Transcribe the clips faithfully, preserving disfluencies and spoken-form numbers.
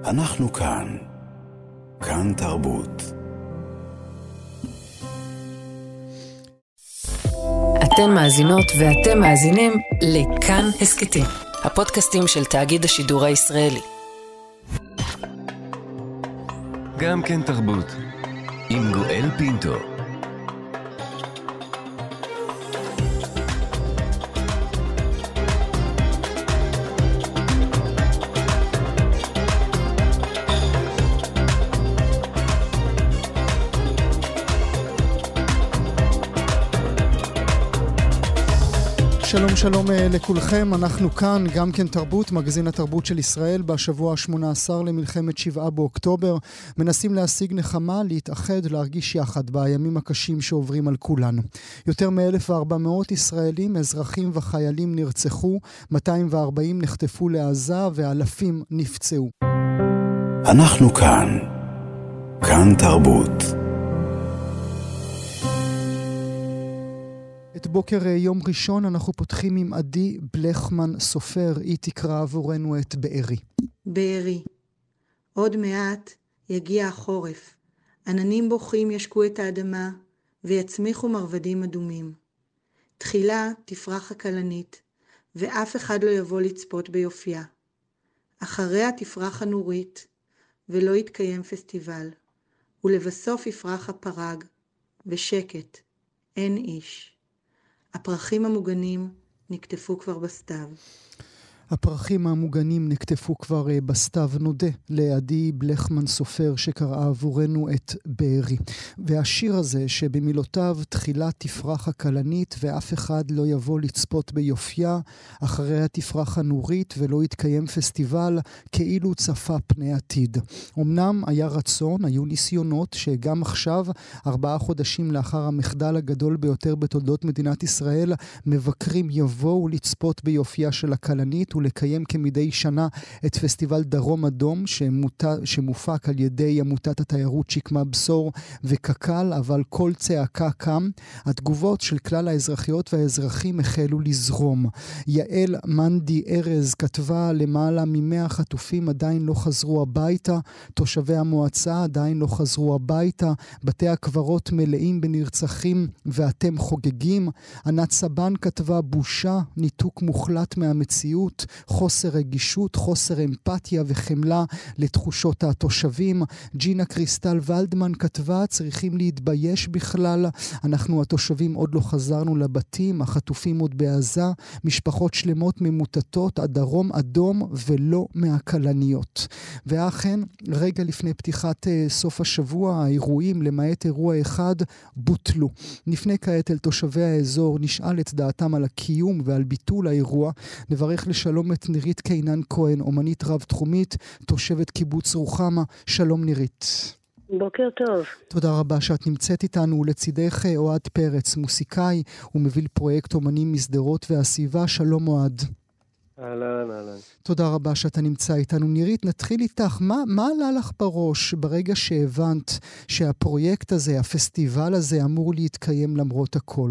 אנחנו כאן. כאן תרבות. אתן מאזינות ואתם מאזינים לכאן הסקטים, הפודקאסטים של תאגיד השידור הישראלי. גם כן תרבות, עם גואל פינטו. שלום שלום לכולכם, אנחנו כאן, גם כן תרבות, מגזין התרבות של ישראל, בשבוע ה-שמונה עשר למלחמת שבעה באוקטובר, מנסים להשיג נחמה, להתאחד, להרגיש יחד בימים הקשים שעוברים על כולנו. יותר מ-אלף וארבע מאות ישראלים, אזרחים וחיילים נרצחו, מאתיים וארבעים נחטפו לעזה ואלפים נפצעו. אנחנו כאן. כאן תרבות. את בוקר יום ראשון אנחנו פותחים עם עדי בלחמן סופר, היא תקרא עבורנו את בארי. בארי. עוד מעט יגיע החורף. עננים בוכים ישקו את האדמה ויצמיחו מרבדים אדומים. תחילה תפרח הכלנית ואף אחד לא יבוא לצפות ביופייה. אחריה תפרח הנורית ולא יתקיים פסטיבל. ולבסוף יפרח הפרג ושקט, אין איש. הפרחים המוגנים נקטפו כבר בסתיו. הפרחים המוגנים נקטפו כבר בסתיו. נודה לעדי בלחמן סופר שקראה עבורנו את בארי. והשיר הזה שבמילותיו תחילה תפרח הכלנית ואף אחד לא יבוא לצפות ביופייה, אחריה תפרח הנורית ולא יתקיים פסטיבל, כאילו צפה פני עתיד. אמנם היה רצון, היו ניסיונות שגם עכשיו, ארבעה חודשים לאחר המחדל הגדול ביותר בתולדות מדינת ישראל, מבקרים יבואו לצפות ביופייה של הכלנית ולקיים כמדי שנה את פסטיבל דרום אדום שמוטה, שמופק על ידי עמותת התיירות שקמה בשור וקקל, אבל כל צעקה קם. התגובות של כלל האזרחיות והאזרחים החלו לזרום. יעל מנדי ארז כתבה למעלה ממאה חטופים עדיין לא חזרו הביתה, תושבי המועצה עדיין לא חזרו הביתה, בתי הקברות מלאים בנרצחים ואתם חוגגים. ענת סבן כתבה בושה, ניתוק מוחלט מהמציאות, חוסר רגישות, חוסר אמפתיה וחמלה לתחושות התושבים. ג'ינה קריסטל ולדמן כתבה, צריכים להתבייש בכלל, אנחנו התושבים עוד לא חזרנו לבתים, החטופים עוד בעזה, משפחות שלמות ממוטטות, הדרום אדום ולא מהכלניות. ואכן, רגע לפני פתיחת uh, סוף השבוע, האירועים למעט אירוע אחד בוטלו. נפנה כעת אל תושבי האזור, נשאל את דעתם על הקיום ועל ביטול האירוע. נברך לשלום את נירית קינן כהן, אומנית רב תחומית, תושבת קיבוץ רוחמה. שלום נירית. בוקר טוב. תודה רבה שאת נמצאת איתנו. לצידך אוהד פרץ, מוסיקאי ומוביל פרויקט אומנים מסדרות והסביבה. שלום אוהד. אהלן, אהלן. תודה רבה שאתה נמצא איתנו. נירית, נתחיל איתך. מה, מה עלה לך בראש ברגע שהבנת שהפרויקט הזה, הפסטיבל הזה, אמור להתקיים למרות הכל?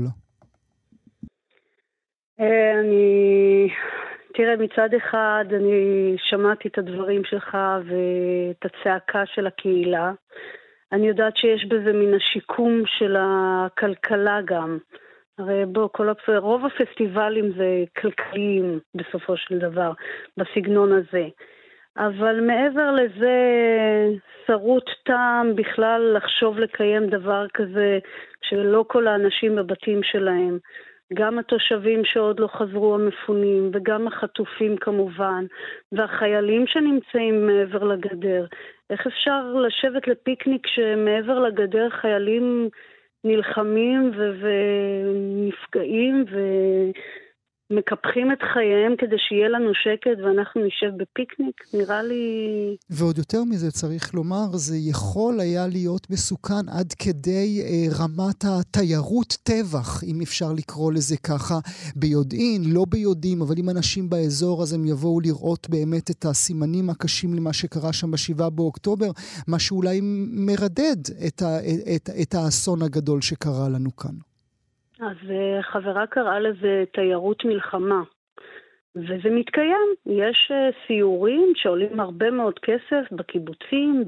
אני... תראה, מצד אחד אני שמעתי את הדברים שלך ואת הצעקה של הקהילה. אני יודעת שיש בזה מן השיקום של הכלכלה גם. הרי בוא, כל הפ... רוב הפסטיבלים זה כלכליים בסופו של דבר, בסגנון הזה. אבל מעבר לזה, שרות טעם בכלל לחשוב לקיים דבר כזה, שלא כל האנשים בבתים שלהם. גם התושבים שעוד לא חזרו המפונים, וגם החטופים כמובן, והחיילים שנמצאים מעבר לגדר. איך אפשר לשבת לפיקניק שמעבר לגדר חיילים נלחמים ו- ונפגעים ומקפחים את חייהם כדי שיהיה לנו שקט ואנחנו נשב בפיקניק? נראה לי... ועוד יותר מזה צריך לומר, זה יכול היה להיות מסוכן עד כדי אה, רמת התיירות טבח, אם אפשר לקרוא לזה ככה, ביודעין, לא ביודעים, אבל אם אנשים באזור אז הם יבואו לראות באמת את הסימנים הקשים למה שקרה שם בשבעה באוקטובר, מה שאולי מרדד את, ה, את, את האסון הגדול שקרה לנו כאן. אז חברה קראה לזה תיירות מלחמה. וזה מתקיים. יש סיורים שעולים הרבה מאוד כסף בקיבוצים,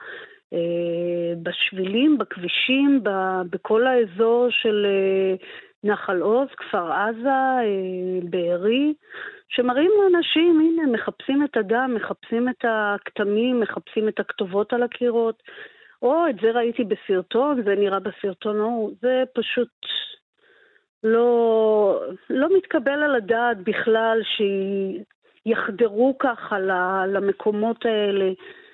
בשבילים, בכבישים, בכל האזור של נחל עוז, כפר עזה, בארי, שמראים לאנשים, הנה, מחפשים את הדם, מחפשים את הכתמים, מחפשים את הכתובות על הקירות, או את זה ראיתי בסרטון, זה נראה בסרטון, או, זה פשוט לא, לא מתקבל על הדעת בכלל שיחדרו ככה למקומות האלה.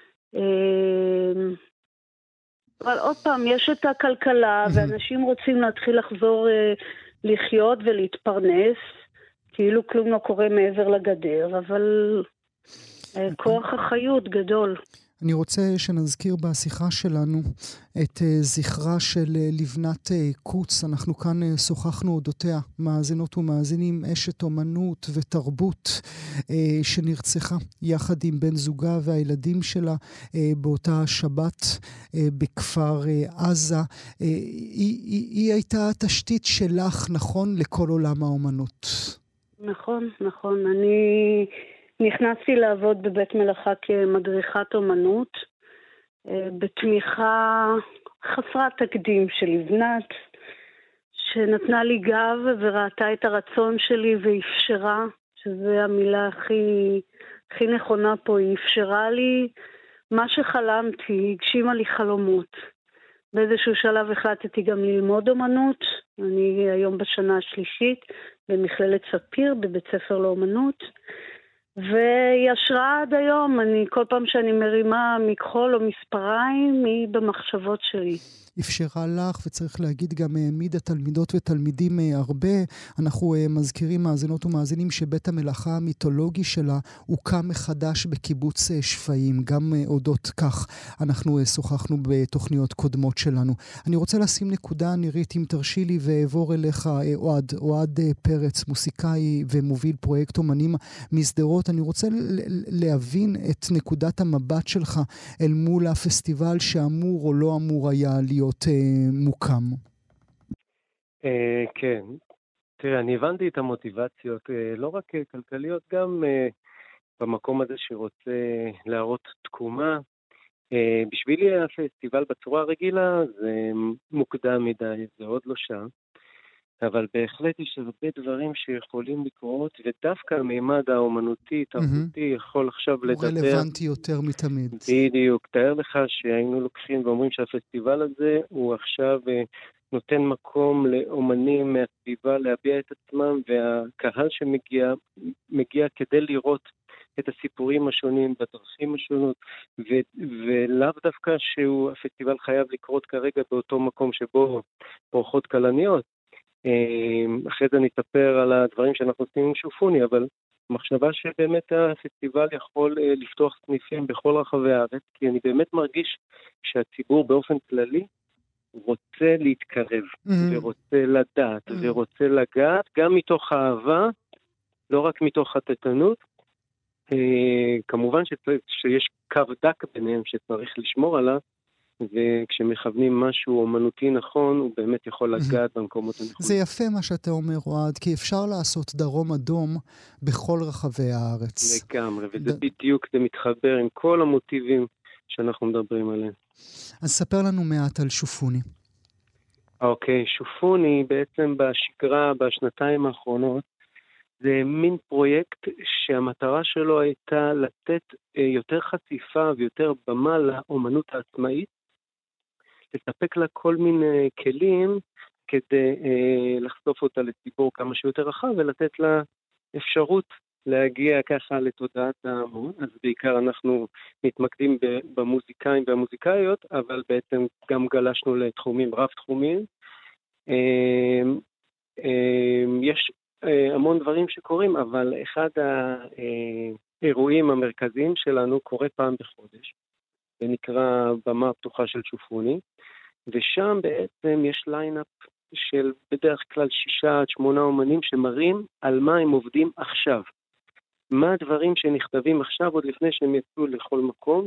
אבל עוד פעם, יש את הכלכלה, ואנשים רוצים להתחיל לחזור לחיות ולהתפרנס, כאילו כלום לא קורה מעבר לגדר, אבל כוח החיות גדול. אני רוצה שנזכיר בשיחה שלנו את זכרה של לבנת קוץ. אנחנו כאן שוחחנו אודותיה, מאזינות ומאזינים, אשת אומנות ותרבות שנרצחה יחד עם בן זוגה והילדים שלה באותה שבת בכפר עזה. היא, היא, היא הייתה תשתית שלך, נכון, לכל עולם האומנות. נכון, נכון. אני נכנסתי לעבוד בבית מלאכה כמדריכת אומנות, בתמיכה חסרת תקדים של לבנת, שנתנה לי גב וראתה את הרצון שלי ואפשרה, שזו המילה הכי, הכי נכונה פה, היא אפשרה לי מה שחלמתי, הגשימה לי חלומות. באיזשהו שלב החלטתי גם ללמוד אומנות, אני היום בשנה השלישית במכללת ספיר, בבית ספר לאומנות, והיא השראה עד היום. אני כל פעם שאני מרימה מכחול או מספריים, היא במחשבות שלי. אפשרה לך, וצריך להגיד גם העמיד התלמידות ותלמידים הרבה. אנחנו מזכירים מאזינות ומאזינים שבית המלאכה המיתולוגי שלה הוקם מחדש בקיבוץ שפיים. גם אודות כך אנחנו שוחחנו בתוכניות קודמות שלנו. אני רוצה לשים נקודה, נירית, אם תרשי לי, ועבור אליך אוהד, אוהד פרץ, מוסיקאי ומוביל פרויקט אומנים מסדרות. אני רוצה להבין את נקודת המבט שלך אל מול הפסטיבל שאמור או לא אמור היה להיות מוקם. כן. תראה, אני הבנתי את המוטיבציות, לא רק כלכליות, גם במקום הזה שרוצה להראות תקומה. בשבילי הפסטיבל בצורה הרגילה זה מוקדם מדי, זה עוד לא שם. אבל בהחלט יש הרבה דברים שיכולים לקרות, ודווקא המימד האומנותי, תרבותי, יכול עכשיו לדבר. הוא רלוונטי יותר מתמיד. בדיוק. תאר לך שהיינו לוקחים ואומרים שהפסטיבל הזה הוא עכשיו נותן מקום לאומנים מהסביבה להביע את עצמם, והקהל שמגיע, מגיע כדי לראות את הסיפורים השונים בדרכים השונות, ו- ולאו דווקא שהוא, הפסטיבל חייב לקרות כרגע באותו מקום שבו פורחות כלניות. אחרי זה נספר על הדברים שאנחנו עושים עם שופוני, אבל מחשבה שבאמת הפסטיבל יכול לפתוח סניפים בכל רחבי הארץ, כי אני באמת מרגיש שהציבור באופן כללי רוצה להתקרב, mm-hmm. ורוצה לדעת, mm-hmm. ורוצה לגעת, גם מתוך אהבה, לא רק מתוך חטטנות. כמובן שיש קו דק ביניהם שצריך לשמור עליו, וכשמכוונים משהו אומנותי נכון, הוא באמת יכול לגעת במקומות הנכונים. זה יפה מה שאתה אומר, אוהד, כי אפשר לעשות דרום אדום בכל רחבי הארץ. לגמרי, וזה בדיוק, זה מתחבר עם כל המוטיבים שאנחנו מדברים עליהם. אז ספר לנו מעט על שופוני. אוקיי, שופוני בעצם בשגרה, בשנתיים האחרונות, זה מין פרויקט שהמטרה שלו הייתה לתת יותר חשיפה ויותר במה לאומנות העצמאית, לספק לה כל מיני כלים כדי אה, לחשוף אותה לציבור כמה שיותר רחב, ולתת לה אפשרות להגיע ככה לתודעת ההמון. אז בעיקר אנחנו מתמקדים במוזיקאים והמוזיקאיות, אבל בעצם גם גלשנו לתחומים רב תחומים. אה, אה, יש אה, המון דברים שקורים, אבל אחד האירועים המרכזיים שלנו קורה פעם בחודש. זה נקרא במה הפתוחה של שופוני, ושם בעצם יש ליינאפ של בדרך כלל שישה עד שמונה אומנים שמראים על מה הם עובדים עכשיו. מה הדברים שנכתבים עכשיו עוד לפני שהם יצאו לכל מקום,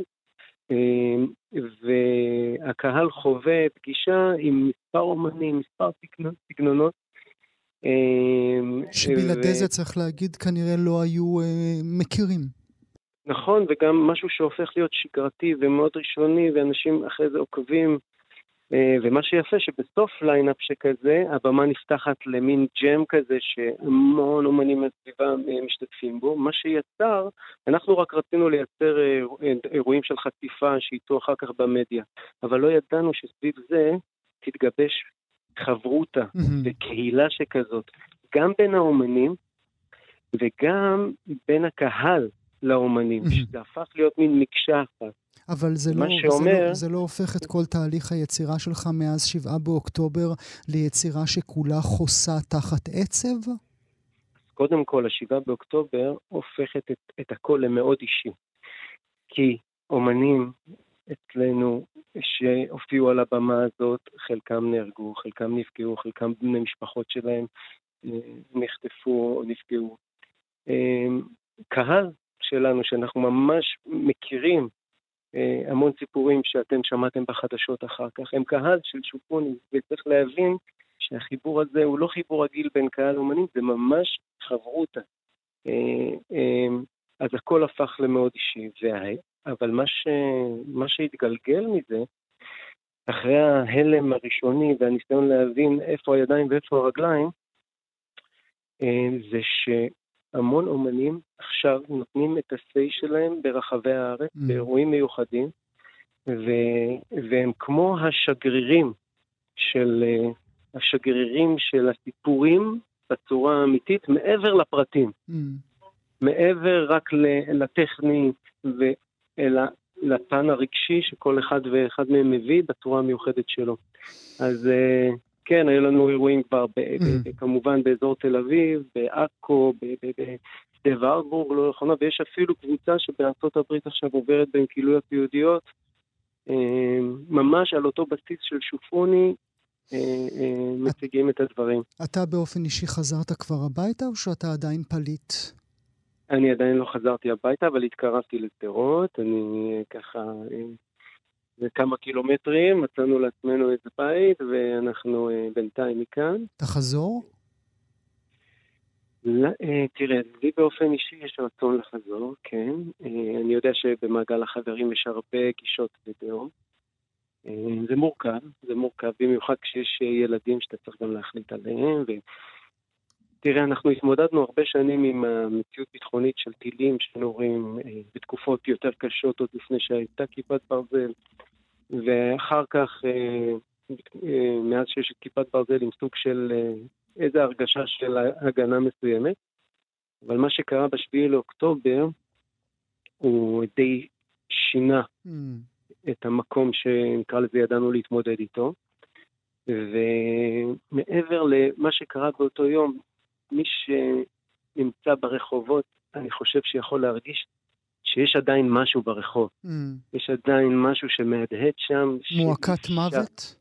והקהל חווה פגישה עם מספר אומנים, מספר סגנונות, שבלעדי ו... זה צריך להגיד, כנראה לא היו אה, מכירים. נכון, וגם משהו שהופך להיות שגרתי ומאוד ראשוני, ואנשים אחרי זה עוקבים, ומה שיפה שבסוף ליינאפ שכזה, הבמה נפתחת למין ג'ם כזה שהמון אומנים מהסביבה משתתפים בו. מה שיצר, אנחנו רק רצינו לייצר אירועים של חשיפה שאיתו אחר כך במדיה, אבל לא ידענו שסביב זה תתגבש חברותה וקהילה שכזאת, גם בין האומנים וגם בין הקהל לאומנים, שזה הפך להיות מין מקשה אחת. אבל זה לא, שאומר... זה, לא, זה לא הופך את כל תהליך היצירה שלך מאז שבעה באוקטובר ליצירה שכולה חוסה תחת עצב? קודם כל, השבעה באוקטובר הופכת את, את הכל למאוד אישי. כי אומנים אצלנו שהופיעו על הבמה הזאת, חלקם נהרגו, חלקם נפגעו, חלקם בני משפחות שלהם נחטפו או נפגעו. קהל שלנו שאנחנו ממש מכירים, המון סיפורים שאתם שמעתם בחדשות אחר כך, הם קהל של שופוני, וצריך להבין שהחיבור הזה הוא לא חיבור רגיל בין קהל אומנים, זה ממש חברותה. אז הכל הפך למאוד אישי, אבל מה, ש... מה שהתגלגל מזה, אחרי ההלם הראשוני והניסיון להבין איפה הידיים ואיפה הרגליים, זה ש... המון אומנים עכשיו נותנים את הסי שלהם ברחבי הארץ, mm. באירועים מיוחדים, ו- והם כמו השגרירים של, השגרירים של הסיפורים בצורה האמיתית, מעבר לפרטים. Mm. מעבר רק לטכני ולפן הרגשי שכל אחד ואחד מהם מביא בצורה המיוחדת שלו. אז... כן, היו לנו אירועים כבר כמובן באזור תל אביב, בעכו, בשדה ורבורג, לא נכונה, ויש אפילו קבוצה שבארצות הברית עכשיו עוברת בין קהילות יהודיות, ממש על אותו בסיס של שופוני, מציגים את הדברים. אתה באופן אישי חזרת כבר הביתה, או שאתה עדיין פליט? אני עדיין לא חזרתי הביתה, אבל התקרבתי לשדרות, אני ככה... וכמה קילומטרים, מצאנו לעצמנו איזה בית, ואנחנו בינתיים מכאן. תחזור? לא, תראה, לי באופן אישי יש רצון לחזור, כן. אני יודע שבמעגל החברים יש הרבה גישות ודעות. זה מורכב, זה מורכב, במיוחד כשיש ילדים שאתה צריך גם להחליט עליהם, ו... תראה, אנחנו התמודדנו הרבה שנים עם המציאות ביטחונית של טילים שנורים בתקופות יותר קשות עוד לפני שהייתה כיפת ברזל, ואחר כך, מאז שיש את כיפת ברזל עם סוג של איזו הרגשה של הגנה מסוימת, אבל מה שקרה בשביעי לאוקטובר הוא די שינה mm. את המקום שנקרא לזה ידענו להתמודד איתו, ומעבר למה שקרה באותו יום, מי שנמצא ברחובות, אני חושב שיכול להרגיש שיש עדיין משהו ברחוב. Mm. יש עדיין משהו שמהדהד שם. מועקת מוות?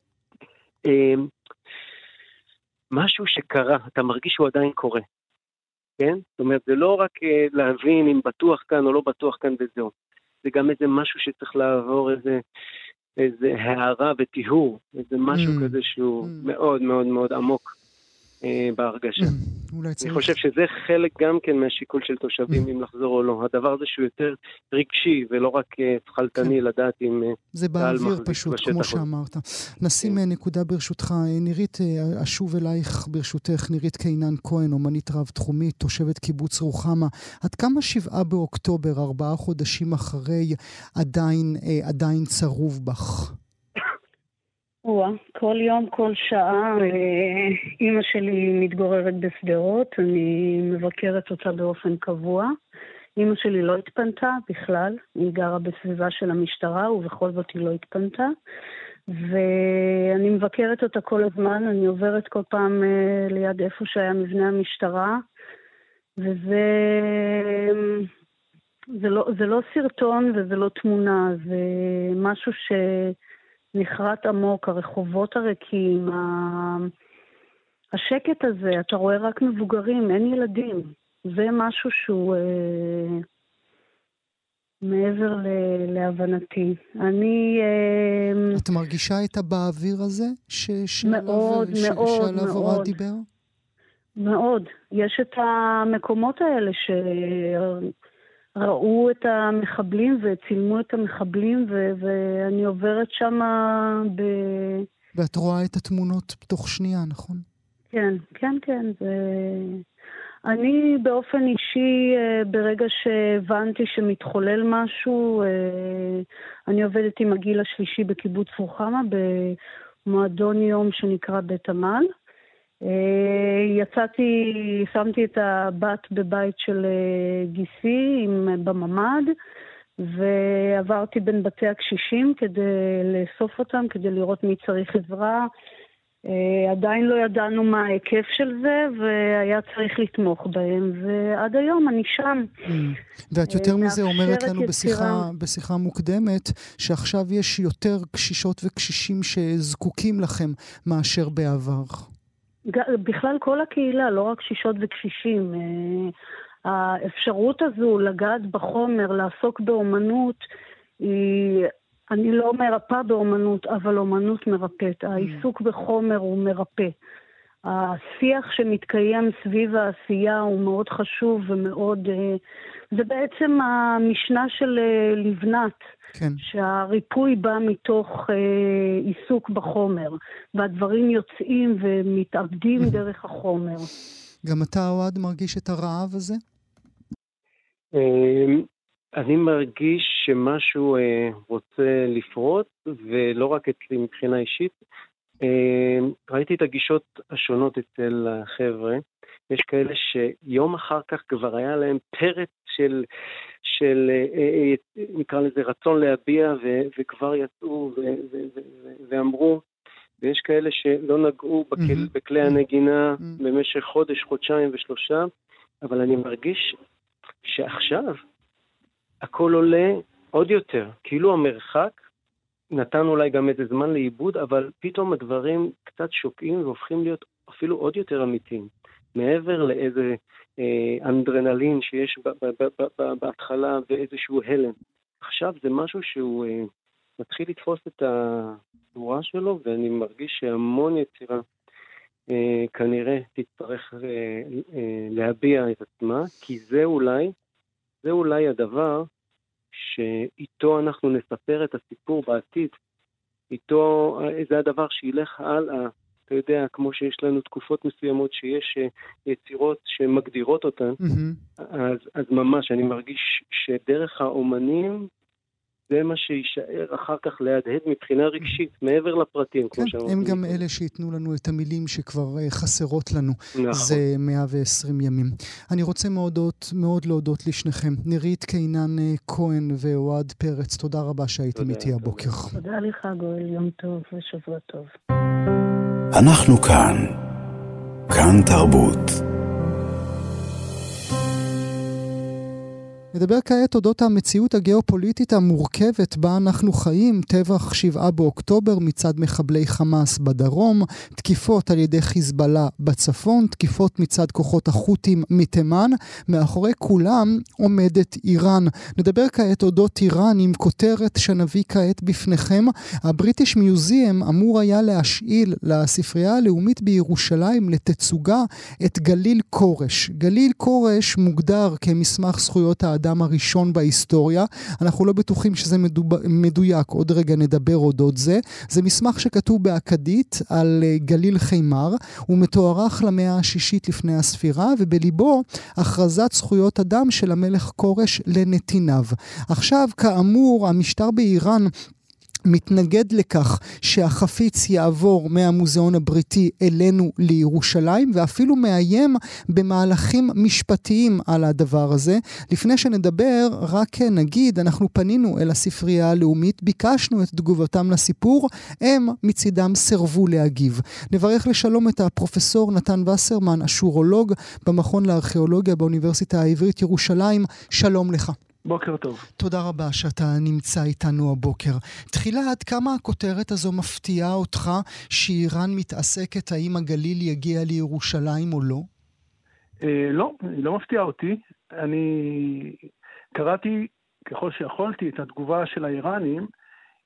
משהו שקרה, אתה מרגיש שהוא עדיין קורה. כן? זאת אומרת, זה לא רק להבין אם בטוח כאן או לא בטוח כאן וזהו. זה גם איזה משהו שצריך לעבור איזה, איזה הערה וטיהור. איזה משהו mm. כזה שהוא mm. מאוד מאוד מאוד עמוק. בהרגשה. אני חושב שזה חלק גם כן מהשיקול של תושבים אם לחזור או לא. הדבר הזה שהוא יותר רגשי ולא רק שחלטני לדעת אם... זה באוויר פשוט, כמו שאמרת. נשים נקודה ברשותך. נירית, אשוב אלייך ברשותך, נירית קינן כהן, אומנית רב-תחומית, תושבת קיבוץ רוחמה. עד כמה שבעה באוקטובר, ארבעה חודשים אחרי, עדיין, עדיין צרוב בך? וואה, כל יום, כל שעה, אמא שלי מתגוררת בשדרות, אני מבקרת אותה באופן קבוע. אמא שלי לא התפנתה בכלל, היא גרה בסביבה של המשטרה, ובכל זאת היא לא התפנתה. ואני מבקרת אותה כל הזמן, אני עוברת כל פעם ליד איפה שהיה מבנה המשטרה, וזה זה לא, זה לא סרטון וזה לא תמונה, זה משהו ש... נחרט עמוק, הרחובות הריקים, השקט הזה, אתה רואה רק מבוגרים, אין ילדים. זה משהו שהוא אה, מעבר ל- להבנתי. אני... אה, את מרגישה את הבאוויר הזה? ש- מאוד, שעליו, מאוד, שעליו מאוד. דיבר? מאוד. יש את המקומות האלה שראו את המחבלים וצילמו את המחבלים, ו- ואני עוברת שם ב... ואת רואה את התמונות בתוך שנייה, נכון? כן, כן, כן. זה... אני באופן אישי, ברגע שהבנתי שמתחולל משהו, אני עובדת עם הגיל השלישי בקיבוץ רוחמה, במועדון יום שנקרא בית עמל. יצאתי, שמתי את הבת בבית של גיסי בממד, ועברתי בין בתי הקשישים כדי לאסוף אותם, כדי לראות מי צריך עזרה. עדיין לא ידענו מה ההיקף של זה, והיה צריך לתמוך בהם, ועד היום אני שם. ואת יותר מזה אומרת לנו בשיחה, בשיחה מוקדמת, שעכשיו יש יותר קשישות וקשישים שזקוקים לכם מאשר בעבר. בכלל כל הקהילה, לא רק קשישות וקשישים. האפשרות הזו לגעת בחומר, לעסוק באומנות, היא... אני לא מרפא באומנות, אבל אומנות מרפאת. העיסוק בחומר הוא מרפא. השיח שמתקיים סביב העשייה הוא מאוד חשוב ומאוד... זה בעצם המשנה של לבנת, כן. שהריפוי בא מתוך עיסוק בחומר, והדברים יוצאים ומתאבדים דרך החומר. גם אתה, אוהד, מרגיש את הרעב הזה? אני מרגיש שמשהו אה, רוצה לפרוט, ולא רק אצלי מבחינה אישית. אה, ראיתי את הגישות השונות אצל החבר'ה. יש כאלה שיום אחר כך כבר היה להם פרץ של, של אה, אה, נקרא לזה רצון להביע, ו, וכבר יצאו ו, ו, ו, ו, ואמרו. ויש כאלה שלא נגעו בכל, mm-hmm. בכלי הנגינה mm-hmm. במשך חודש, חודשיים ושלושה. אבל אני מרגיש שעכשיו... הכל עולה עוד יותר, כאילו המרחק נתן אולי גם איזה זמן לאיבוד, אבל פתאום הדברים קצת שוקעים והופכים להיות אפילו עוד יותר אמיתיים. מעבר לאיזה אה, אנדרנלין שיש ב- ב- ב- ב- בהתחלה ואיזשהו הלם. עכשיו זה משהו שהוא אה, מתחיל לתפוס את התנועה שלו, ואני מרגיש שהמון יצירה אה, כנראה תצטרך אה, אה, להביע את עצמה, כי זה אולי זה אולי הדבר שאיתו אנחנו נספר את הסיפור בעתיד. איתו, זה הדבר שילך הלאה. אתה יודע, כמו שיש לנו תקופות מסוימות שיש יצירות שמגדירות אותן, mm-hmm. אז, אז ממש אני מרגיש שדרך האומנים זה מה שישאר אחר כך להדהד מבחינה רגשית, מעבר לפרטים, כן, הם גם אלה שיתנו לנו את המילים שכבר חסרות לנו. נכון. זה מאה ועשרים ימים. אני רוצה מאוד, מאוד להודות לשניכם. נירית קינן כהן ואוהד פרץ, תודה רבה שהייתם איתי הבוקר. תודה לך גואל, יום טוב ושבוע טוב. אנחנו כאן. כאן תרבות. נדבר כעת אודות המציאות הגיאופוליטית המורכבת בה אנחנו חיים, טבח שבעה באוקטובר מצד מחבלי חמאס בדרום, תקיפות על ידי חיזבאללה בצפון, תקיפות מצד כוחות החות'ים מתימן, מאחורי כולם עומדת איראן. נדבר כעת אודות איראן עם כותרת שנביא כעת בפניכם. הבריטיש מיוזיאם אמור היה להשאיל לספרייה הלאומית בירושלים לתצוגה את גליל קורש. גליל קורש מוגדר כמסמך זכויות האדם האדם הראשון בהיסטוריה. אנחנו לא בטוחים שזה מדויק, עוד רגע נדבר אודות זה. זה מסמך שכתוב באכדית על גליל חימר, הוא מתוארך למאה השישית לפני הספירה, ובליבו הכרזת זכויות אדם של המלך קורש לנתיניו. עכשיו, כאמור, המשטר באיראן מתנגד לכך שהחפיץ יעבור מהמוזיאון הבריטי אלינו לירושלים, ואפילו מאיים במהלכים משפטיים על הדבר הזה. לפני שנדבר, רק נגיד, אנחנו פנינו אל הספרייה הלאומית, ביקשנו את תגובתם לסיפור, הם מצידם סרבו להגיב. נברך לשלום את הפרופסור נתן וסרמן, אשורולוג במכון לארכיאולוגיה באוניברסיטה העברית ירושלים. שלום לך. בוקר טוב. תודה רבה שאתה נמצא איתנו הבוקר. תחילה, עד כמה הכותרת הזו מפתיעה אותך שאיראן מתעסקת האם הגליל יגיע לירושלים או לא? אה, לא, היא לא מפתיעה אותי. אני קראתי ככל שיכולתי את התגובה של האיראנים.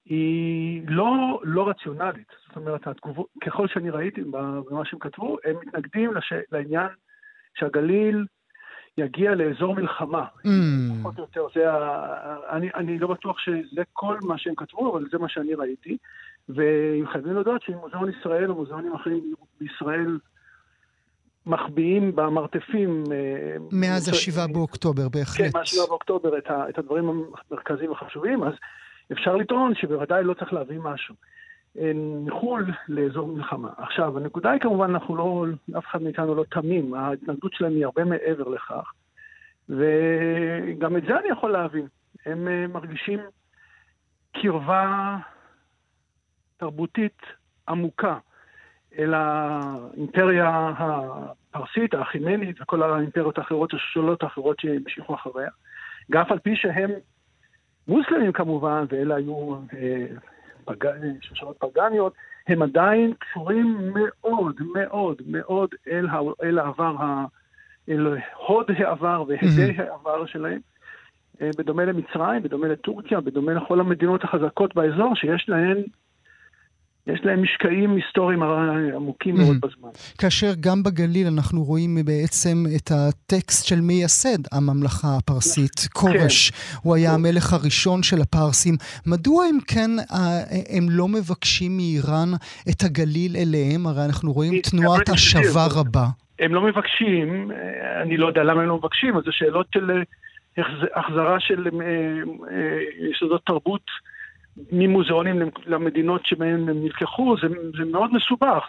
היא לא, לא רציונלית. זאת אומרת, התגובות, ככל שאני ראיתי במה שהם כתבו, הם מתנגדים לש, לעניין שהגליל יגיע לאזור מלחמה. Mm. פחות או יותר, זה ה... אני, אני לא בטוח שזה כל מה שהם כתבו, אבל זה מה שאני ראיתי. והם חייבים לדעת שמוזיאון ישראל או מוזיאונים אחרים בישראל מחביאים במרתפים. מאז השבעה באוקטובר, בהחלט. כן, מאז השבעה באוקטובר, את, ה, את הדברים המרכזיים החשובים, אז אפשר לטעון שבוודאי לא צריך להביא משהו. מחול לאזור מלחמה. עכשיו, הנקודה היא כמובן, אנחנו לא, אף אחד מאיתנו לא תמים, ההתנגדות שלהם היא הרבה מעבר לכך, וגם את זה אני יכול להבין. הם מרגישים קרבה תרבותית עמוקה אל האימפריה הפרסית, האחימנית, וכל האימפריות האחרות, השולות האחרות שהמשיכו אחריה. גם על פי שהם מוסלמים כמובן, ואלה היו שושלות פגניות, הם עדיין קשורים מאוד מאוד מאוד אל, אל העבר, אל הוד העבר והדי העבר שלהם, בדומה למצרים, בדומה לטורקיה, בדומה לכל המדינות החזקות באזור, שיש להן יש להם משקעים היסטוריים עמוקים מאוד בזמן. כאשר גם בגליל אנחנו רואים בעצם את הטקסט של מייסד הממלכה הפרסית, קורש. הוא היה המלך הראשון של הפרסים. מדוע אם כן הם לא מבקשים מאיראן את הגליל אליהם? הרי אנחנו רואים תנועת השבה רבה. הם לא מבקשים, אני לא יודע למה הם לא מבקשים, אז זה שאלות של החזרה של יסודות תרבות ממוזיאונים למדינות שבהן הם נלקחו, זה, זה מאוד מסובך.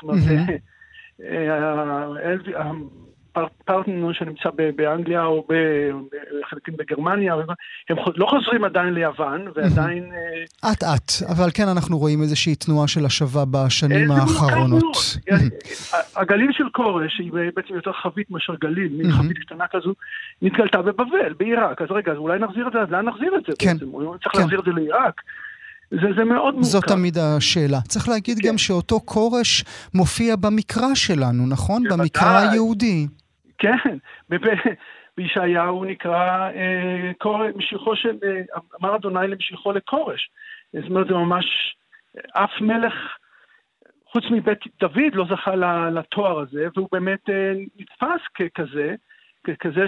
הפרטנר שנמצא באנגליה או בחלקים בגרמניה, הם לא חוזרים עדיין ליוון, ועדיין... עט עט, אבל כן אנחנו רואים איזושהי תנועה של השבה בשנים האחרונות. הגליל של קורש, היא בעצם יותר חבית מאשר גליל, מין חבית קטנה כזו, נתגלתה בבבל, בעיראק. אז רגע, אז אולי נחזיר את זה, אז לאן נחזיר את זה בעצם? אולי צריך להחזיר את זה לעיראק. זה, זה מאוד מורכב. זאת תמיד השאלה. צריך להגיד כן. גם שאותו קורש מופיע במקרא שלנו, נכון? כן, במקרא היהודי. כן, בישעיהו נקרא אה, קורש, משיחו של, אה, אמר אדוני למשיחו לקורש. זאת אומרת, זה ממש, אף מלך, חוץ מבית דוד, לא זכה לתואר הזה, והוא באמת אה, נתפס ככזה, ככזה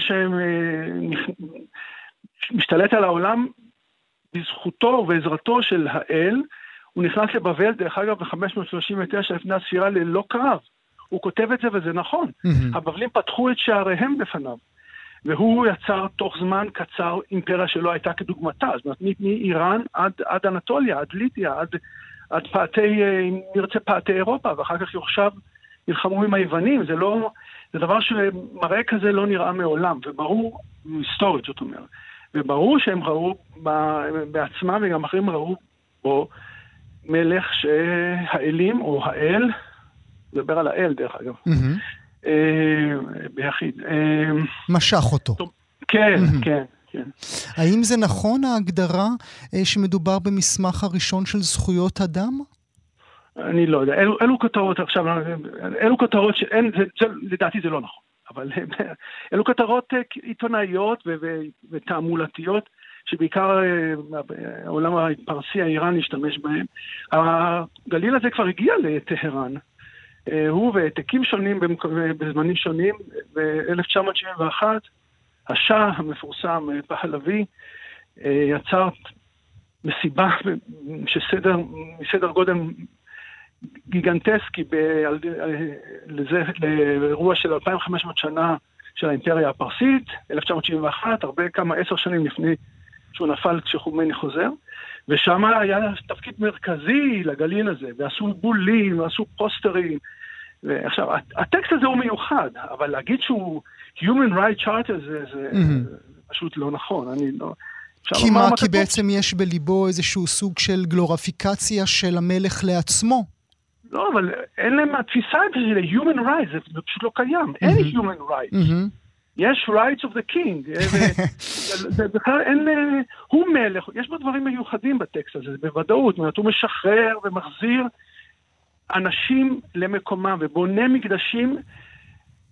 שמשתלט על העולם, בזכותו ובעזרתו של האל. הוא נכנס לבבל, דרך אגב, ב-חמש מאות שלושים ותשע לפני הספירה ללא קרב. הוא כותב את זה וזה נכון. Mm-hmm. הבבלים פתחו את שעריהם בפניו, והוא יצר תוך זמן קצר אימפריה שלא הייתה כדוגמתה. זאת אומרת, מאיראן עד, עד אנטוליה, עד ליטיה, עד, עד פאתי, נרצה פאתי אירופה, ואחר כך יוחשב נלחמו עם היוונים. זה לא, זה דבר שמראה כזה לא נראה מעולם, וברור, היסטורית זאת אומרת. וברור שהם ראו בעצמם, וגם אחרים ראו בו מלך שהאלים, או האל, מדבר על האל דרך אגב, ביחיד. משך אותו. כן, כן, כן. האם זה נכון ההגדרה שמדובר במסמך הראשון של זכויות אדם? אני לא יודע. אלו, אלו כותרות עכשיו, אלו כותרות שאין, זה, זה, לדעתי זה לא נכון. אבל אלו כותרות עיתונאיות ותעמולתיות, שבעיקר העולם הפרסי האיראני השתמש בהם. הגליל הזה כבר הגיע לטהרן. הוא והעתקים שונים בזמנים שונים. ב-אלף תשע מאות שבעים ואחת, השאה המפורסם, פהלוי, יצר מסיבה שסדר, מסדר גודל גיגנטסקי לאירוע של אלפיים וחמש מאות שנה של האימפריה הפרסית, אלף תשע מאות שבעים ואחת, הרבה כמה עשר שנים לפני שהוא נפל כשחומייני חוזר, ושם היה תפקיד מרכזי לגליל הזה, ועשו בולים, ועשו פוסטרים, ועכשיו, הטקסט הזה הוא מיוחד, אבל להגיד שהוא Human Rights Charter זה, זה mm-hmm. פשוט לא נכון, אני לא... כי מה, כי בעצם יש בליבו איזשהו סוג של גלוריפיקציה של המלך לעצמו. לא, אבל אין להם התפיסה של human rights, זה פשוט לא קיים. אין human rights. יש rights of the king. זה בכלל אין, הוא מלך, יש בו דברים מיוחדים בטקסט הזה, בוודאות. הוא משחרר ומחזיר אנשים למקומם, ובונה מקדשים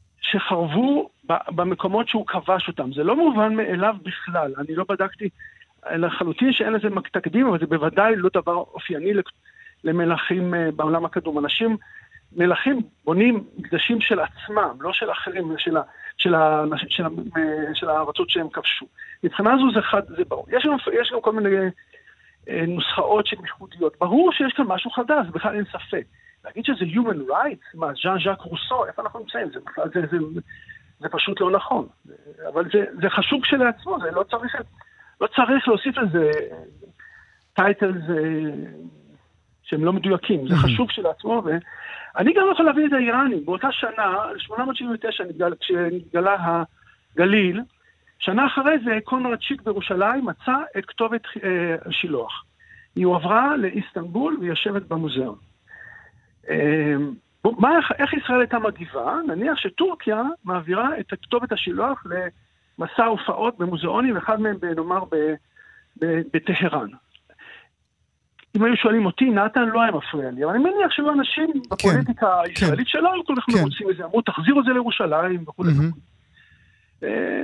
שחרבו במקומות שהוא כבש אותם. זה לא מובן מאליו בכלל. אני לא בדקתי לחלוטין שאין לזה תקדים, אבל זה בוודאי לא דבר אופייני למלכים בעולם הקדום. אנשים, מלכים בונים מקדשים של עצמם, לא של אחרים, של, של, של, של הארצות שהם כבשו. מבחינה זו זה חד, זה ברור. יש גם, יש גם כל מיני נוסחאות של ייחודיות. ברור שיש כאן משהו חדש, בכלל אין ספק. להגיד שזה human rights, מה, ז'אן ז'אק רוסו, איפה אנחנו נמצאים? זה, זה, זה, זה פשוט לא נכון. אבל זה, זה חשוב כשלעצמו, זה לא צריך, לא צריך להוסיף לזה טייטלס שהם לא מדויקים. זה חשוב כשלעצמו, ואני גם יכול להביא את האיראנים. באותה שנה, שמונה מאות שבעים ותשע, כשנתגלה הגליל, שנה אחרי זה, קונרד שיק בירושלים מצא את כתובת השילוח. היא הועברה לאיסטנבול ויושבת במוזיאון. מה, איך ישראל הייתה מגיבה? נניח שטורקיה מעבירה את כתובת השילוח למסע הופעות במוזיאונים, אחד מהם נאמר בטהרן. אם היו שואלים אותי, נתן לא היה מפריע לי, אבל אני מניח שהיו אנשים כן, בפוליטיקה הישראלית כן. שלא היו כל כך כן. מרוצים לזה, אמרו תחזירו את זה לירושלים וכו'. Mm-hmm.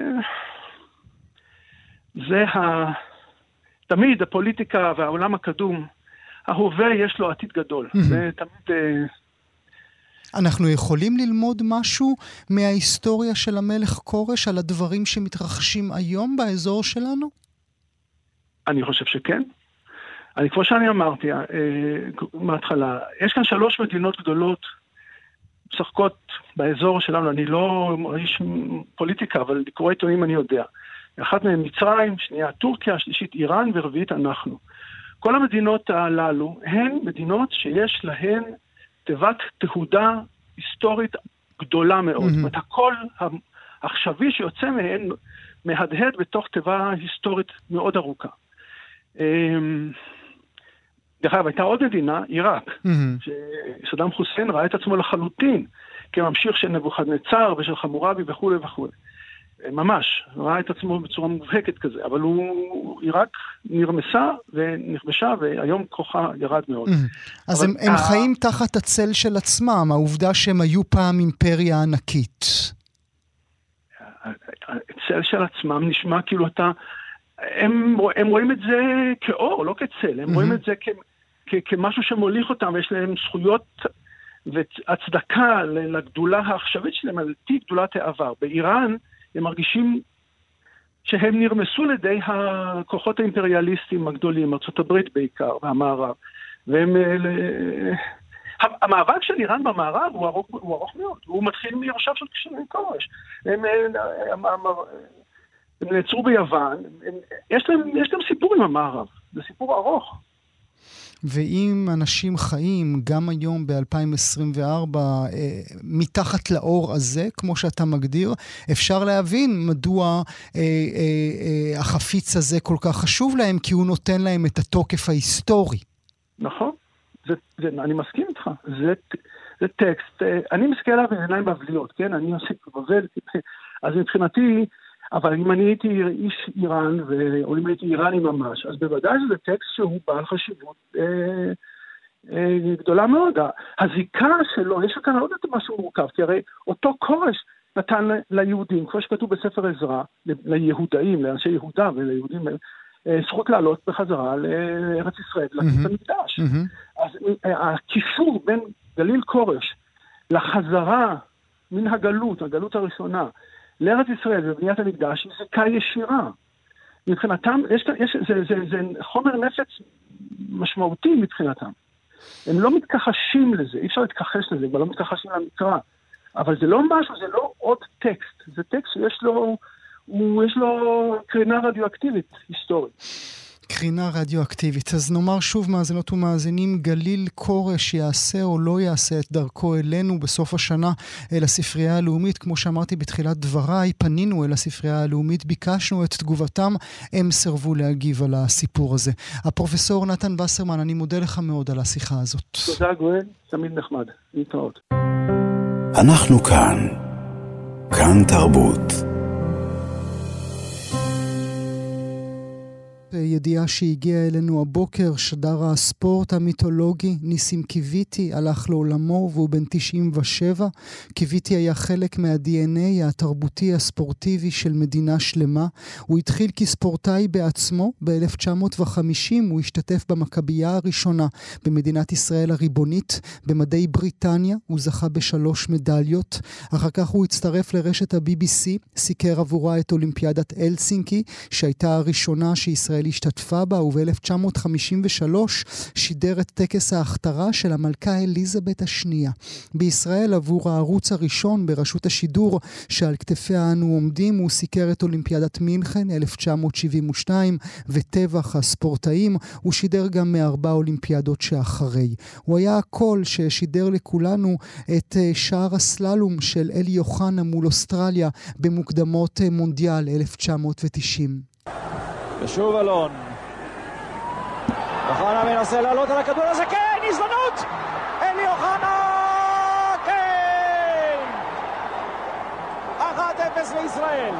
זה ה... תמיד הפוליטיקה והעולם הקדום, ההווה יש לו עתיד גדול. Mm-hmm. זה תמיד... אנחנו יכולים ללמוד משהו מההיסטוריה של המלך קורש על הדברים שמתרחשים היום באזור שלנו? אני חושב שכן. אני, כמו שאני אמרתי אה, מההתחלה, יש כאן שלוש מדינות גדולות משחקות באזור שלנו. אני לא איש פוליטיקה, אבל לקרוא עיתונים אני יודע. אחת מהן מצרים, שנייה טורקיה, שלישית איראן ורביעית אנחנו. כל המדינות הללו הן מדינות שיש להן תיבת תהודה היסטורית גדולה מאוד. זאת אומרת, הקול העכשווי שיוצא מהן מהדהד בתוך תיבה היסטורית מאוד ארוכה. דרך אגב, הייתה עוד מדינה, עיראק, שסדאם חוסיין ראה את עצמו לחלוטין כממשיך של נבוכדנצר ושל חמורבי וכו' וכו'. ממש, ראה את עצמו בצורה מובהקת כזה, אבל הוא, עיראק נרמסה ונכבשה, והיום כוחה ירד מאוד. אז הם, הם חיים תחת הצל של עצמם, העובדה שהם היו פעם אימפריה ענקית. הצל של עצמם נשמע כאילו אתה, הם, הם רואים את זה כאור, לא כצל, הם רואים את זה כ, כ, כמשהו שמוליך אותם, ויש להם זכויות והצדקה לגדולה העכשווית שלהם, על פי גדולת העבר. באיראן, הם מרגישים שהם נרמסו לידי הכוחות האימפריאליסטיים הגדולים, ארצות הברית בעיקר, והמערב. והם, המאבק של איראן במערב הוא ארוך, הוא ארוך מאוד. הוא מתחיל מראשיו של כשרים קורש. הם, הם, הם נעצרו ביוון. הם, יש להם, יש להם סיפור עם המערב. זה סיפור ארוך. ואם אנשים חיים גם היום ב-אלפיים עשרים וארבע אה, מתחת לאור הזה, כמו שאתה מגדיר, אפשר להבין מדוע אה, אה, אה, החפיץ הזה כל כך חשוב להם, כי הוא נותן להם את התוקף ההיסטורי. נכון, זה, זה, אני מסכים איתך. זה, זה טקסט, אה, אני מסתכל עליו בעיניים בבליות, כן? אני עושה בבל, אז מבחינתי, אבל אם אני הייתי איש איראן, או אם הייתי איראני ממש, אז בוודאי זה טקסט שהוא בעל חשיבות אה, אה, גדולה מאוד. הזיקה שלו, יש כאן עוד משהו מורכב, כי הרי אותו קורש נתן ליהודים, כמו שכתוב בספר עזרא, ליהודאים, לאנשי יהודה וליהודים, אה, זכות לעלות בחזרה לארץ ישראל, לבית המקדש. אז אה, הקישור בין גליל קורש לחזרה מן הגלות, הגלות הראשונה, לארץ ישראל ובניית המקדש היא זיקה ישירה. מבחינתם, יש, יש, זה, זה, זה חומר נפץ משמעותי מבחינתם. הם לא מתכחשים לזה, אי אפשר להתכחש לזה, אבל לא מתכחשים למקרא. אבל זה לא משהו, זה לא עוד טקסט. זה טקסט שיש לו, הוא, יש לו קרינה רדיואקטיבית היסטורית. קרינה רדיואקטיבית. אז נאמר שוב, מאזינות ומאזינים, גליל קורש יעשה או לא יעשה את דרכו אלינו בסוף השנה אל הספרייה הלאומית. כמו שאמרתי בתחילת דבריי, פנינו אל הספרייה הלאומית, ביקשנו את תגובתם, הם סרבו להגיב על הסיפור הזה. הפרופסור נתן וסרמן, אני מודה לך מאוד על השיחה הזאת. תודה גואל, תמיד נחמד. להתראות. אנחנו כאן. כאן תרבות. ידיעה שהגיעה אלינו הבוקר, שדר הספורט המיתולוגי ניסים קיוויתי הלך לעולמו והוא בן תשעים ושבע. קיוויתי היה חלק מה-די אן איי התרבותי הספורטיבי של מדינה שלמה. הוא התחיל כספורטאי בעצמו. ב-אלף תשע מאות וחמישים הוא השתתף במכבייה הראשונה במדינת ישראל הריבונית במדי בריטניה. הוא זכה בשלוש מדליות. אחר כך הוא הצטרף לרשת ה-בי בי סי, סיקר עבורה את אולימפיאדת אלסינקי שהייתה הראשונה שישראל השתתפה בה, וב-אלף תשע מאות חמישים ושלוש שידר את טקס ההכתרה של המלכה אליזבת השנייה. בישראל עבור הערוץ הראשון ברשות השידור שעל כתפיה אנו עומדים הוא סיקר את אולימפיאדת מינכן אלף תשע מאות שבעים ושתיים וטבח הספורטאים. הוא שידר גם מארבע אולימפיאדות שאחרי. הוא היה הקול ששידר לכולנו את שער הסללום של אלי אוחנה מול אוסטרליה במוקדמות מונדיאל אלף תשע מאות ותשעים. ושוב אלון. אוחנה מנסה לעלות על הכדור הזה, כן, הזדמנות! אלי אוחנה, כן! אחת אפס לישראל.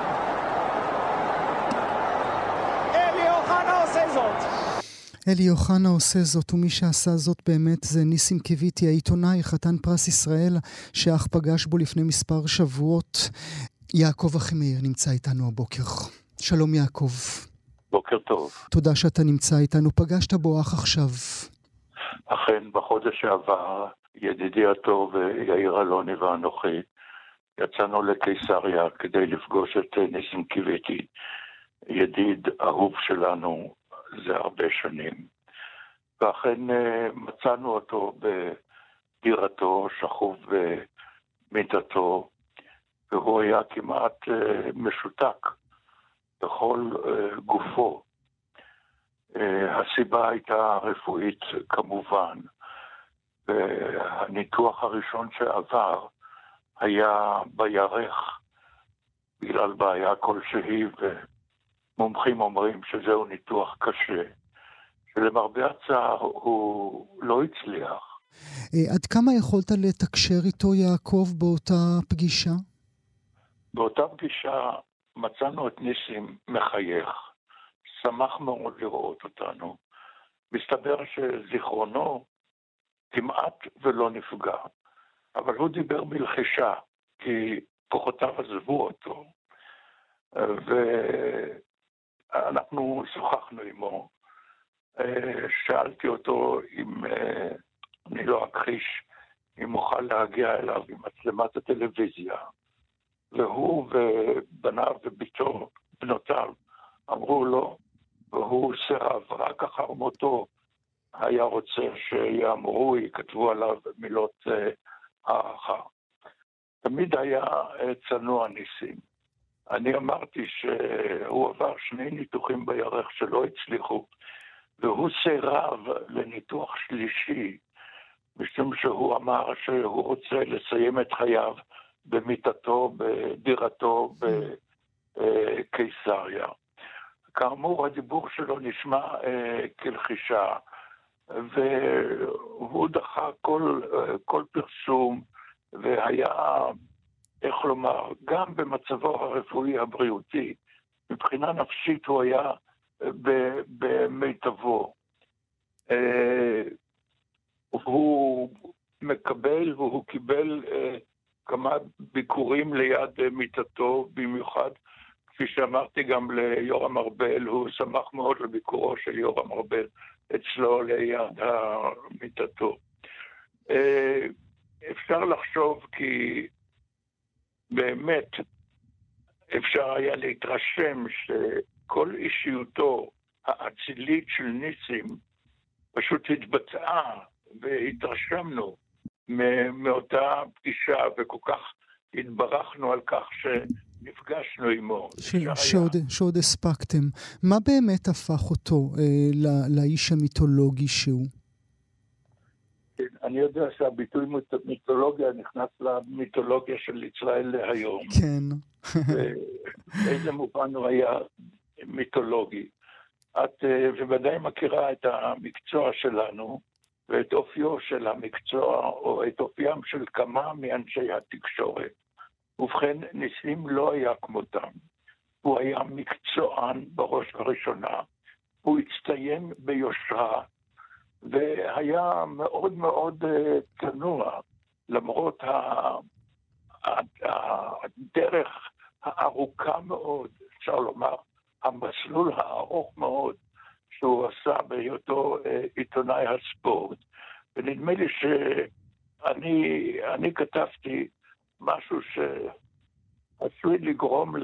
אלי אוחנה עושה זאת. אלי אוחנה עושה זאת, ומי שעשה זאת באמת זה ניסים קיוויתי, העיתונאי, חתן פרס ישראל, שאך פגש בו לפני מספר שבועות. יעקב אחימאיר נמצא איתנו הבוקר. שלום יעקב. בוקר טוב. תודה שאתה נמצא איתנו. פגשת בו אך עכשיו. אכן, בחודש שעבר, ידידי הטוב יאיר אלוני ואנוכי, יצאנו לקיסריה כדי לפגוש את ניסים קיוויתי, ידיד אהוב שלנו זה הרבה שנים. ואכן מצאנו אותו בדירתו, שכוב במיטתו, והוא היה כמעט משותק בכל גופו. הסיבה הייתה רפואית כמובן, והניתוח הראשון שעבר היה בירך בגלל בעיה כלשהי, ומומחים אומרים שזהו ניתוח קשה, שלמרבה הצער הוא לא הצליח. עד כמה יכולת לתקשר איתו יעקב באותה פגישה? באותה פגישה מצאנו את ניסים מחייך, שמח מאוד לראות אותנו. מסתבר שזיכרונו כמעט ולא נפגע, אבל הוא דיבר בלחישה, כי כוחותיו עזבו אותו, ואנחנו שוחחנו עמו. שאלתי אותו אם אני לא אכחיש, אם אוכל להגיע אליו עם מצלמת הטלוויזיה, והוא ובניו וביתו, בנותיו, אמרו לו, והוא סירב. רק אחר מותו היה רוצה שיאמרו, יכתבו עליו מילות הערכה. תמיד היה צנוע ניסים. אני אמרתי שהוא עבר שני ניתוחים בירך שלא הצליחו, והוא סירב לניתוח שלישי, משום שהוא אמר שהוא רוצה לסיים את חייו במיטתו, בדירתו, בקיסריה. כאמור, הדיבור שלו נשמע אה, כלחישה, והוא דחה כל, אה, כל פרסום, והיה, איך לומר, גם במצבו הרפואי הבריאותי, מבחינה נפשית הוא היה במיטבו. אה, הוא מקבל והוא קיבל אה, כמה ביקורים ליד מיטתו, במיוחד, כפי שאמרתי גם ליורם ארבל, הוא שמח מאוד לביקורו של יורם ארבל אצלו ליד מיטתו. אפשר לחשוב כי באמת אפשר היה להתרשם שכל אישיותו האצילית של ניסים פשוט התבצעה, והתרשמנו מאותה פגישה, וכל כך התברכנו על כך שנפגשנו עמו. ש- שעוד, שעוד הספקתם. מה באמת הפך אותו אה, לא, לאיש המיתולוגי שהוא? אני יודע שהביטוי מיתולוגיה נכנס למיתולוגיה של ישראל להיום. כן. באיזה מובן הוא היה מיתולוגי. את בוודאי מכירה את המקצוע שלנו, ואת אופיו של המקצוע, או את אופיים של כמה מאנשי התקשורת. ובכן, ניסים לא היה כמותם. הוא היה מקצוען בראש הראשונה, הוא הצטיין ביושרה, והיה מאוד מאוד תנוע, למרות הדרך הארוכה מאוד, אפשר לומר, המסלול הארוך מאוד, שהוא עשה בהיותו עיתונאי הספורט. ונדמה לי שאני אני כתבתי משהו שעשוי לגרום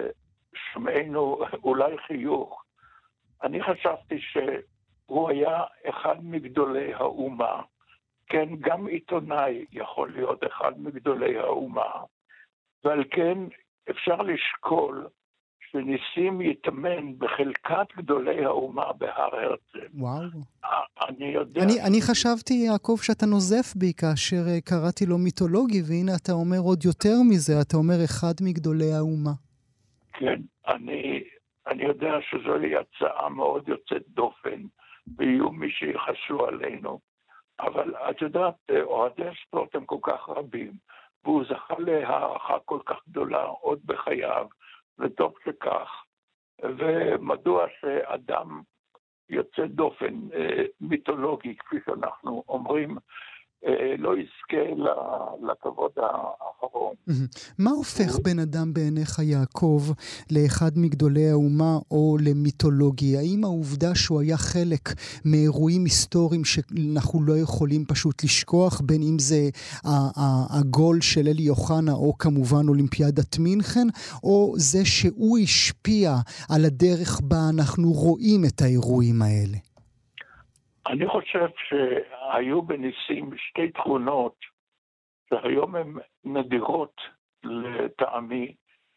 לשמענו אולי חיוך. אני חשבתי שהוא היה אחד מגדולי האומה. כן, גם עיתונאי יכול להיות אחד מגדולי האומה. ועל כן אפשר לשקול שניסים יתאמן בחלקת גדולי האומה בהר הרצל. וואו. אני יודע... אני, אני חשבתי, יעקב, שאתה נוזף בי כאשר קראתי לו מיתולוגי, והנה אתה אומר עוד יותר מזה, אתה אומר אחד מגדולי האומה. כן, אני, אני יודע שזוהי הצעה מאוד יוצאת דופן, ויהיו מי שיחשו עלינו. אבל את יודעת, אוהדי הספורט הם כל כך רבים, והוא זכה להערכה כל כך גדולה עוד בחייו, וטוב שכך. ומדוע שאדם יוצא דופן מיתולוגי, כפי שאנחנו אומרים, לא יזכה לכבוד האחרון. מה הופך בן אדם בעיניך, יעקב, לאחד מגדולי האומה או למיתולוגי? האם העובדה שהוא היה חלק מאירועים היסטוריים שאנחנו לא יכולים פשוט לשכוח, בין אם זה הגול של אלי יוחנה או כמובן אולימפיאדת מינכן, או זה שהוא השפיע על הדרך בה אנחנו רואים את האירועים האלה? אני חושב שהיו בניסים שתי תכונות שהיום הן נדירות לטעמי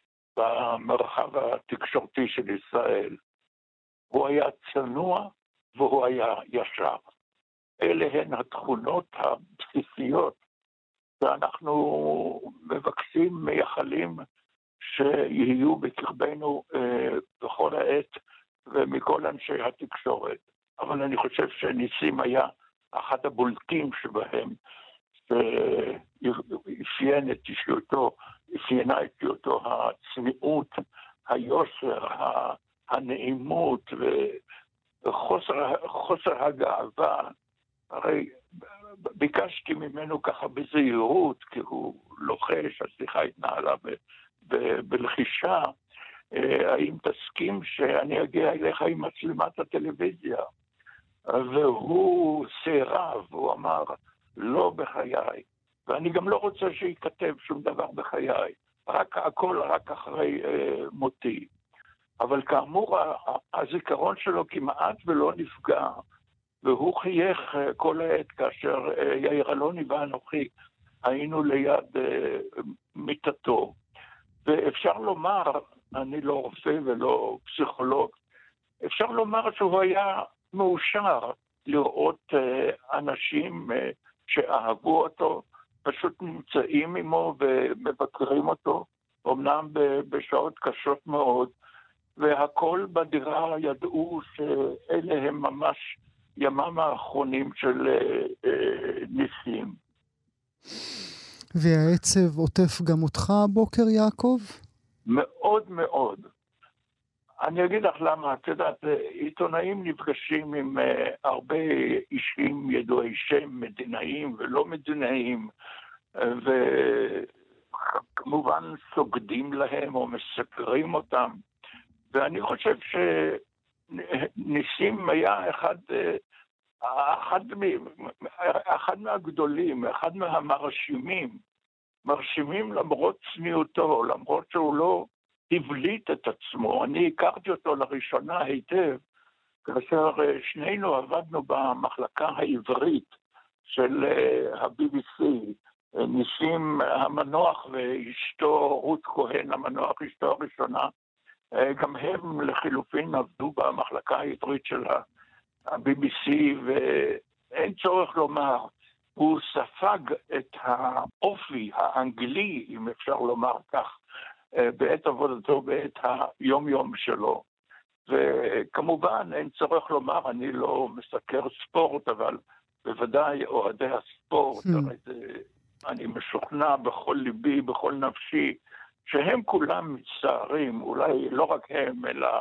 במרחב התקשורתי של ישראל. הוא היה צנוע והוא היה ישר. אלה הן התכונות הבסיסיות שאנחנו מבקשים, מייחלים שיהיו בקרבנו אה, בכל העת ומכל אנשי התקשורת. אבל אני חושב שניסים היה אחד הבולטים שבהם, שאפיין את אישיותו, אפיינה את אישיותו הצניעות, היושר, הנעימות וחוסר הגאווה. הרי ביקשתי ממנו ככה בזהירות, כי הוא לוחש, השיחה התנהלה בלחישה, האם תסכים שאני אגיע אליך עם מצלמת הטלוויזיה? והוא סירב, הוא אמר, לא בחיי, ואני גם לא רוצה שיכתב שום דבר בחיי, רק הכל רק אחרי אה, מותי. אבל כאמור, הזיכרון שלו כמעט ולא נפגע, והוא חייך אה, כל העת כאשר אה, יאיר אלוני ואנוכי היינו ליד אה, מיטתו. ואפשר לומר, אני לא רופא ולא פסיכולוג, אפשר לומר שהוא היה מאושר לראות uh, אנשים uh, שאהבו אותו, פשוט נמצאים עמו ומבקרים אותו, אמנם בשעות קשות מאוד, והכל בדירה ידעו שאלה הם ממש ימם האחרונים של uh, uh, ניסים. והעצב עוטף גם אותך הבוקר, יעקב? מאוד מאוד. אני אגיד לך למה, את יודעת, עיתונאים נפגשים עם uh, הרבה אישים ידועי שם, מדינאים ולא מדינאים, uh, וכמובן סוגדים להם או מספרים אותם. ואני חושב שניסים היה אחד, uh, אחד, אחד מהגדולים, אחד מהמרשימים, מרשימים למרות צניעותו, למרות שהוא לא הבליט את עצמו. אני הכרתי אותו לראשונה היטב, כאשר שנינו עבדנו במחלקה העברית של ה-בי בי סי, ניסים המנוח ואשתו רות כהן המנוח, אשתו הראשונה, גם הם לחילופין עבדו במחלקה העברית של ה-בי בי סי, ואין צורך לומר, הוא ספג את האופי האנגלי, אם אפשר לומר כך, בעת עבודתו, בעת היום-יום שלו. וכמובן, אין צורך לומר, אני לא מסקר ספורט, אבל בוודאי אוהדי הספורט, mm. אני משוכנע בכל ליבי, בכל נפשי, שהם כולם מצטערים, אולי לא רק הם, אלא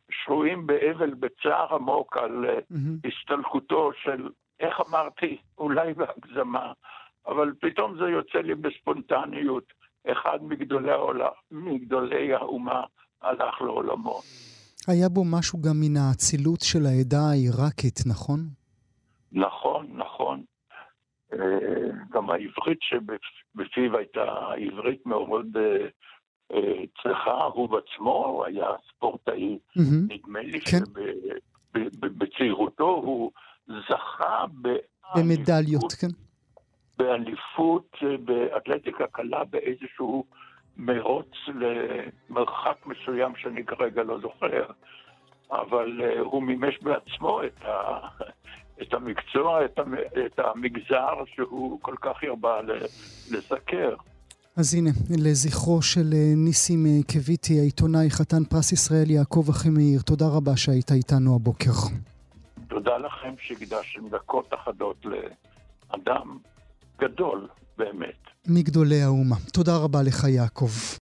שרויים באבל, בצער עמוק על mm-hmm. הסתלקותו של, איך אמרתי, אולי בהגזמה, אבל פתאום זה יוצא לי בספונטניות, אחד מגדולי, העולה, מגדולי האומה הלך לעולמו. היה בו משהו גם מן האצילות של העדה העיראקית, נכון? נכון, נכון. גם העברית שבפיו הייתה עברית מאוד צריכה, הוא בעצמו, הוא היה ספורטאי. נדמה לי שבצעירותו הוא זכה במדליות, כן. באליפות, באתלטיקה קלה, באיזשהו מרוץ למרחק מסוים שאני כרגע לא זוכר, אבל הוא מימש בעצמו את ה... את המקצוע, את, המ... את המגזר שהוא כל כך הרבה לסקר. אז הנה, לזכרו של ניסים קוויתי, העיתונאי חתן פרס ישראל יעקב אחימאיר, תודה רבה שהיית איתנו הבוקר. תודה לכם שהקדשתם דקות אחדות לאדם גדול באמת. מגדולי האומה. תודה רבה לך יעקב.